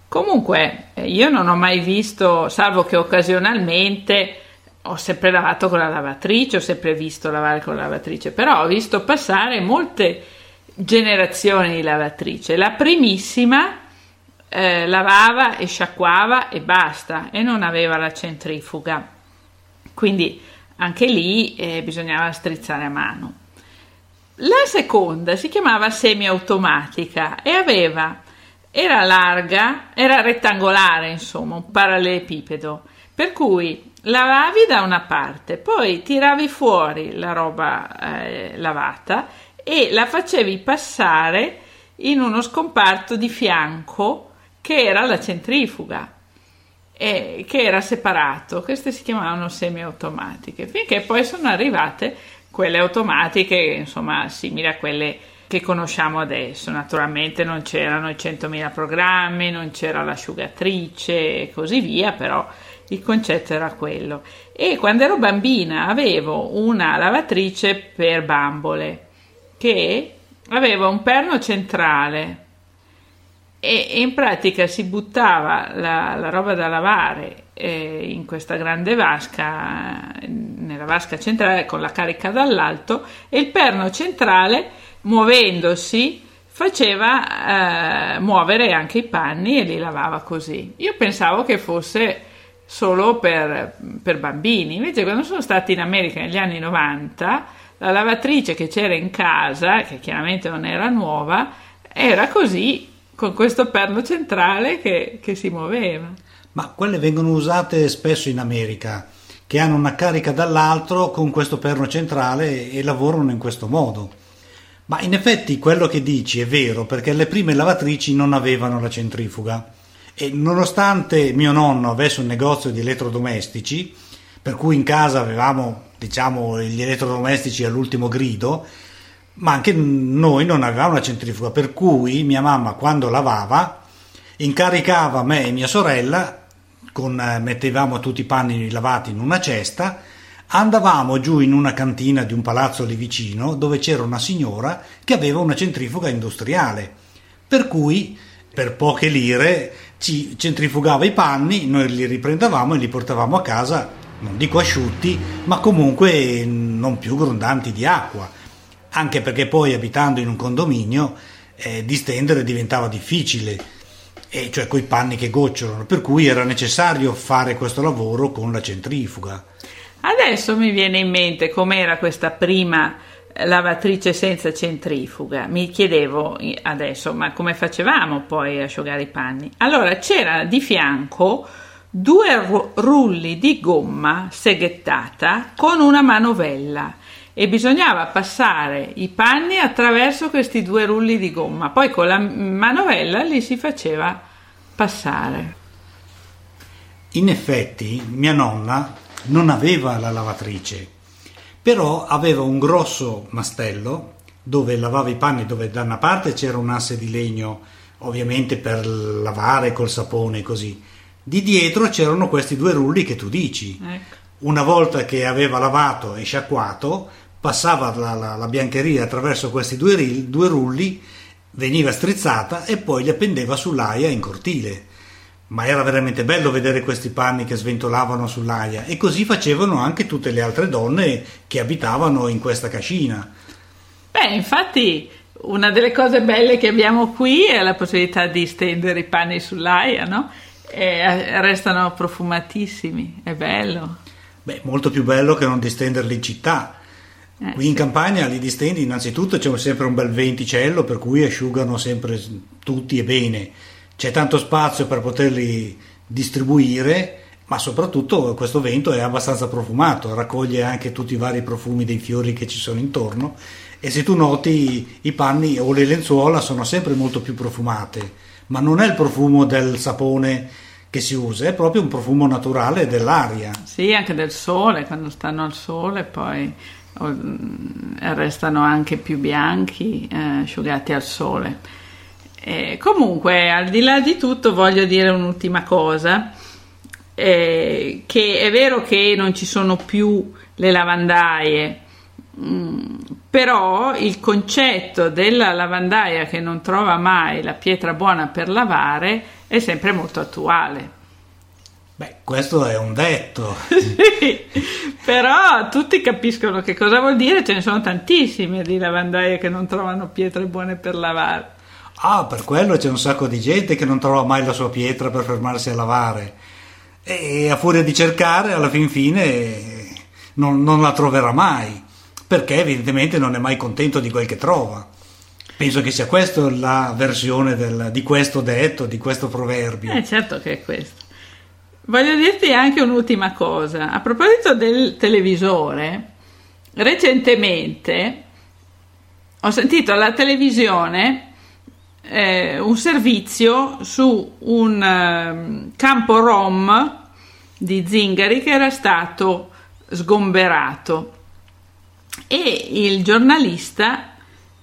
Comunque, io non ho mai visto, salvo che occasionalmente ho sempre lavato con la lavatrice, ho sempre visto lavare con la lavatrice, però ho visto passare molte generazioni di lavatrice. La primissima lavava e sciacquava e basta, e non aveva la centrifuga, quindi anche lì bisognava strizzare a mano. La seconda si chiamava semiautomatica e era larga, era rettangolare, insomma, un parallelepipedo, per cui lavavi da una parte, poi tiravi fuori la roba lavata e la facevi passare in uno scomparto di fianco che era la centrifuga, che era separato. Queste si chiamavano semiautomatiche, finché poi sono arrivate quelle automatiche, insomma, simili a quelle che conosciamo adesso. Naturalmente non c'erano i 100.000 programmi, non c'era l'asciugatrice e così via, però il concetto era quello. E quando ero bambina avevo una lavatrice per bambole che aveva un perno centrale e in pratica si buttava la roba da lavare in questa grande vasca, nella vasca centrale con la carica dall'alto, e il perno centrale, muovendosi, faceva muovere anche i panni e li lavava così. Io pensavo che fosse solo per bambini, invece quando sono stata in America negli anni 90, la lavatrice che c'era in casa, che chiaramente non era nuova, era così, con questo perno centrale che si muoveva. Ma quelle vengono usate spesso in America, che hanno una carica dall'altro con questo perno centrale e lavorano in questo modo. Ma in effetti quello che dici è vero, perché le prime lavatrici non avevano la centrifuga e nonostante mio nonno avesse un negozio di elettrodomestici, per cui in casa avevamo, diciamo, gli elettrodomestici all'ultimo grido, ma anche noi non avevamo la centrifuga, per cui mia mamma quando lavava incaricava me e mia sorella, mettevamo tutti i panni lavati in una cesta, andavamo giù in una cantina di un palazzo lì vicino dove c'era una signora che aveva una centrifuga industriale, per cui per poche lire ci centrifugava i panni, noi li riprendevamo e li portavamo a casa, non dico asciutti, ma comunque non più grondanti di acqua, anche perché poi abitando in un condominio distendere diventava difficile, e cioè coi panni che gocciolano, per cui era necessario fare questo lavoro con la centrifuga. Adesso mi viene in mente com'era questa prima lavatrice senza centrifuga. Mi chiedevo adesso, ma come facevamo poi a asciugare i panni? Allora c'era di fianco 2 rulli di gomma seghettata con una manovella e bisognava passare i panni attraverso questi 2 rulli di gomma, poi con la manovella li si faceva passare. In effetti mia nonna non aveva la lavatrice, però aveva un grosso mastello dove lavava i panni, dove da una parte c'era un asse di legno ovviamente per lavare col sapone e così, di dietro c'erano questi 2 rulli che tu dici. Ecco. Una volta che aveva lavato e sciacquato, passava la biancheria attraverso questi 2 rulli, veniva strizzata e poi li appendeva sull'aia in cortile. Ma era veramente bello vedere questi panni che sventolavano sull'aia, e così facevano anche tutte le altre donne che abitavano in questa cascina. Beh, infatti una delle cose belle che abbiamo qui è la possibilità di stendere i panni sull'aia, no? E restano profumatissimi, è bello. Beh, molto più bello che non distenderli in città. Qui in campagna li distendi, innanzitutto c'è sempre un bel venticello per cui asciugano sempre tutti e bene, c'è tanto spazio per poterli distribuire, ma soprattutto questo vento è abbastanza profumato, raccoglie anche tutti i vari profumi dei fiori che ci sono intorno, e se tu noti i panni o le lenzuola sono sempre molto più profumate, ma non è il profumo del sapone che si usa, è proprio un profumo naturale dell'aria. Sì, anche del sole, quando stanno al sole poi restano anche più bianchi, asciugati al sole. Comunque, al di là di tutto, voglio dire un'ultima cosa, che è vero che non ci sono più le lavandaie, però il concetto della lavandaia che non trova mai la pietra buona per lavare è sempre molto attuale. Beh, questo è un detto. Sì, però tutti capiscono che cosa vuol dire, ce ne sono tantissime di lavandaie che non trovano pietre buone per lavare. Ah, per quello c'è un sacco di gente che non trova mai la sua pietra per fermarsi a lavare e a furia di cercare alla fin fine non la troverà mai, perché evidentemente non è mai contento di quel che trova. Penso che sia questa la versione di questo detto, di questo proverbio. Certo che è questo. Voglio dirti anche un'ultima cosa. A proposito del televisore, recentemente ho sentito alla televisione un servizio su un campo rom di zingari che era stato sgomberato e il giornalista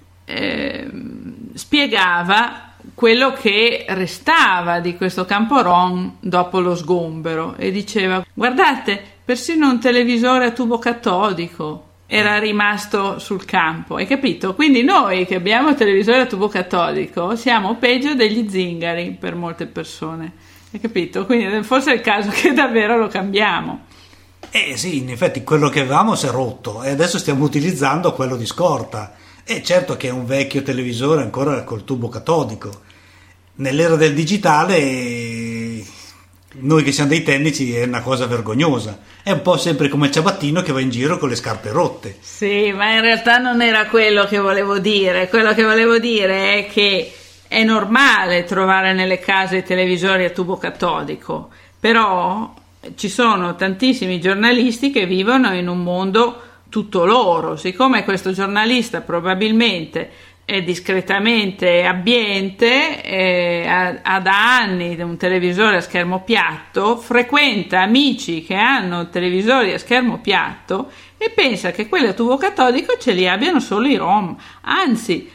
spiegava quello che restava di questo campo rom dopo lo sgombero e diceva: guardate, persino un televisore a tubo catodico era rimasto sul campo, hai capito? Quindi noi che abbiamo il televisore a tubo catodico siamo peggio degli zingari per molte persone, hai capito? Quindi forse è il caso che davvero lo cambiamo. Sì, in effetti quello che avevamo si è rotto e adesso stiamo utilizzando quello di scorta. E certo che è un vecchio televisore ancora col tubo catodico. Nell'era del digitale, noi che siamo dei tecnici, è una cosa vergognosa. È un po' sempre come il ciabattino che va in giro con le scarpe rotte. Sì, ma in realtà non era quello che volevo dire. Quello che volevo dire è che è normale trovare nelle case i televisori a tubo catodico, però ci sono tantissimi giornalisti che vivono in un mondo tutto loro. Siccome questo giornalista probabilmente è discretamente abbiente, ha da anni un televisore a schermo piatto, frequenta amici che hanno televisori a schermo piatto e pensa che quelli a tubo catodico ce li abbiano solo i rom, anzi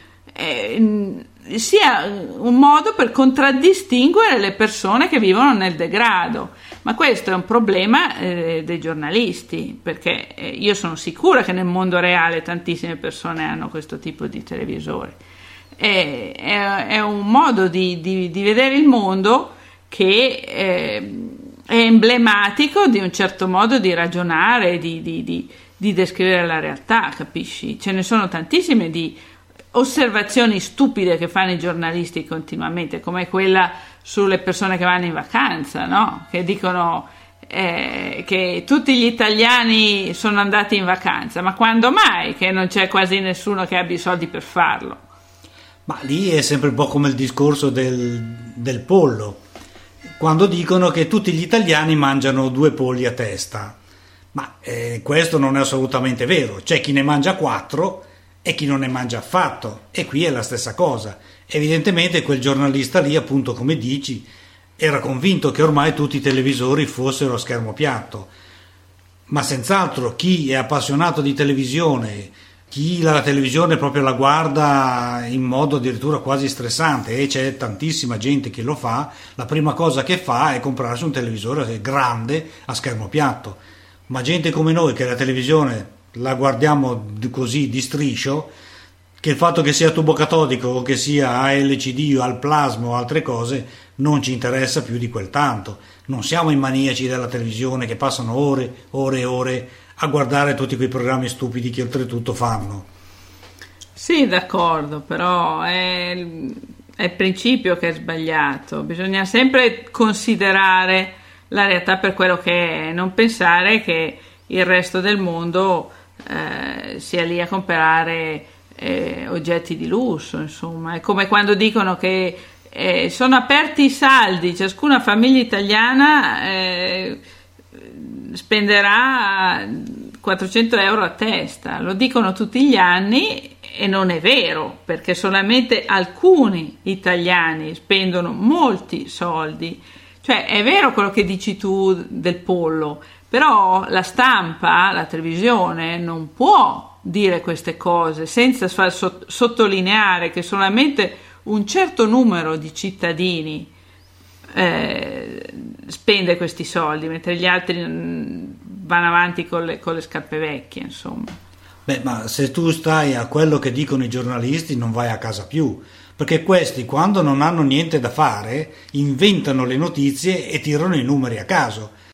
sia un modo per contraddistinguere le persone che vivono nel degrado. Ma questo è un problema dei giornalisti, perché io sono sicura che nel mondo reale tantissime persone hanno questo tipo di televisori. È un modo di vedere il mondo che è emblematico di un certo modo di ragionare, di descrivere la realtà, capisci? Ce ne sono tantissime di osservazioni stupide che fanno i giornalisti continuamente, come quella sulle persone che vanno in vacanza, no? Che dicono che tutti gli italiani sono andati in vacanza, ma quando mai che non c'è quasi nessuno che abbia i soldi per farlo? Ma lì è sempre un po' come il discorso del pollo, quando dicono che tutti gli italiani mangiano 2 polli a testa, ma questo non è assolutamente vero. C'è chi ne mangia 4 e chi non ne mangia affatto, e qui è la stessa cosa. Evidentemente quel giornalista lì, appunto come dici, era convinto che ormai tutti i televisori fossero a schermo piatto, ma senz'altro chi è appassionato di televisione, chi la televisione proprio la guarda in modo addirittura quasi stressante, e c'è tantissima gente che lo fa, la prima cosa che fa è comprarsi un televisore grande a schermo piatto. Ma gente come noi che la televisione la guardiamo così di striscio, che il fatto che sia tubo catodico o che sia a LCD o al plasma o altre cose non ci interessa più di quel tanto. Non siamo i maniaci della televisione che passano ore e ore a guardare tutti quei programmi stupidi che oltretutto fanno. Sì, d'accordo, però è il principio che è sbagliato. Bisogna sempre considerare la realtà per quello che è, non pensare che il resto del mondo sia lì a comprare oggetti di lusso. Insomma, è come quando dicono che sono aperti i saldi, ciascuna famiglia italiana spenderà 400 euro a testa. Lo dicono tutti gli anni e non è vero, perché solamente alcuni italiani spendono molti soldi. Cioè è vero quello che dici tu del pollo, però la stampa, la televisione non può dire queste cose senza sottolineare che solamente un certo numero di cittadini spende questi soldi, mentre gli altri vanno avanti con le scarpe vecchie, insomma. Beh, ma se tu stai a quello che dicono i giornalisti non vai a casa più, perché questi quando non hanno niente da fare inventano le notizie e tirano i numeri a caso.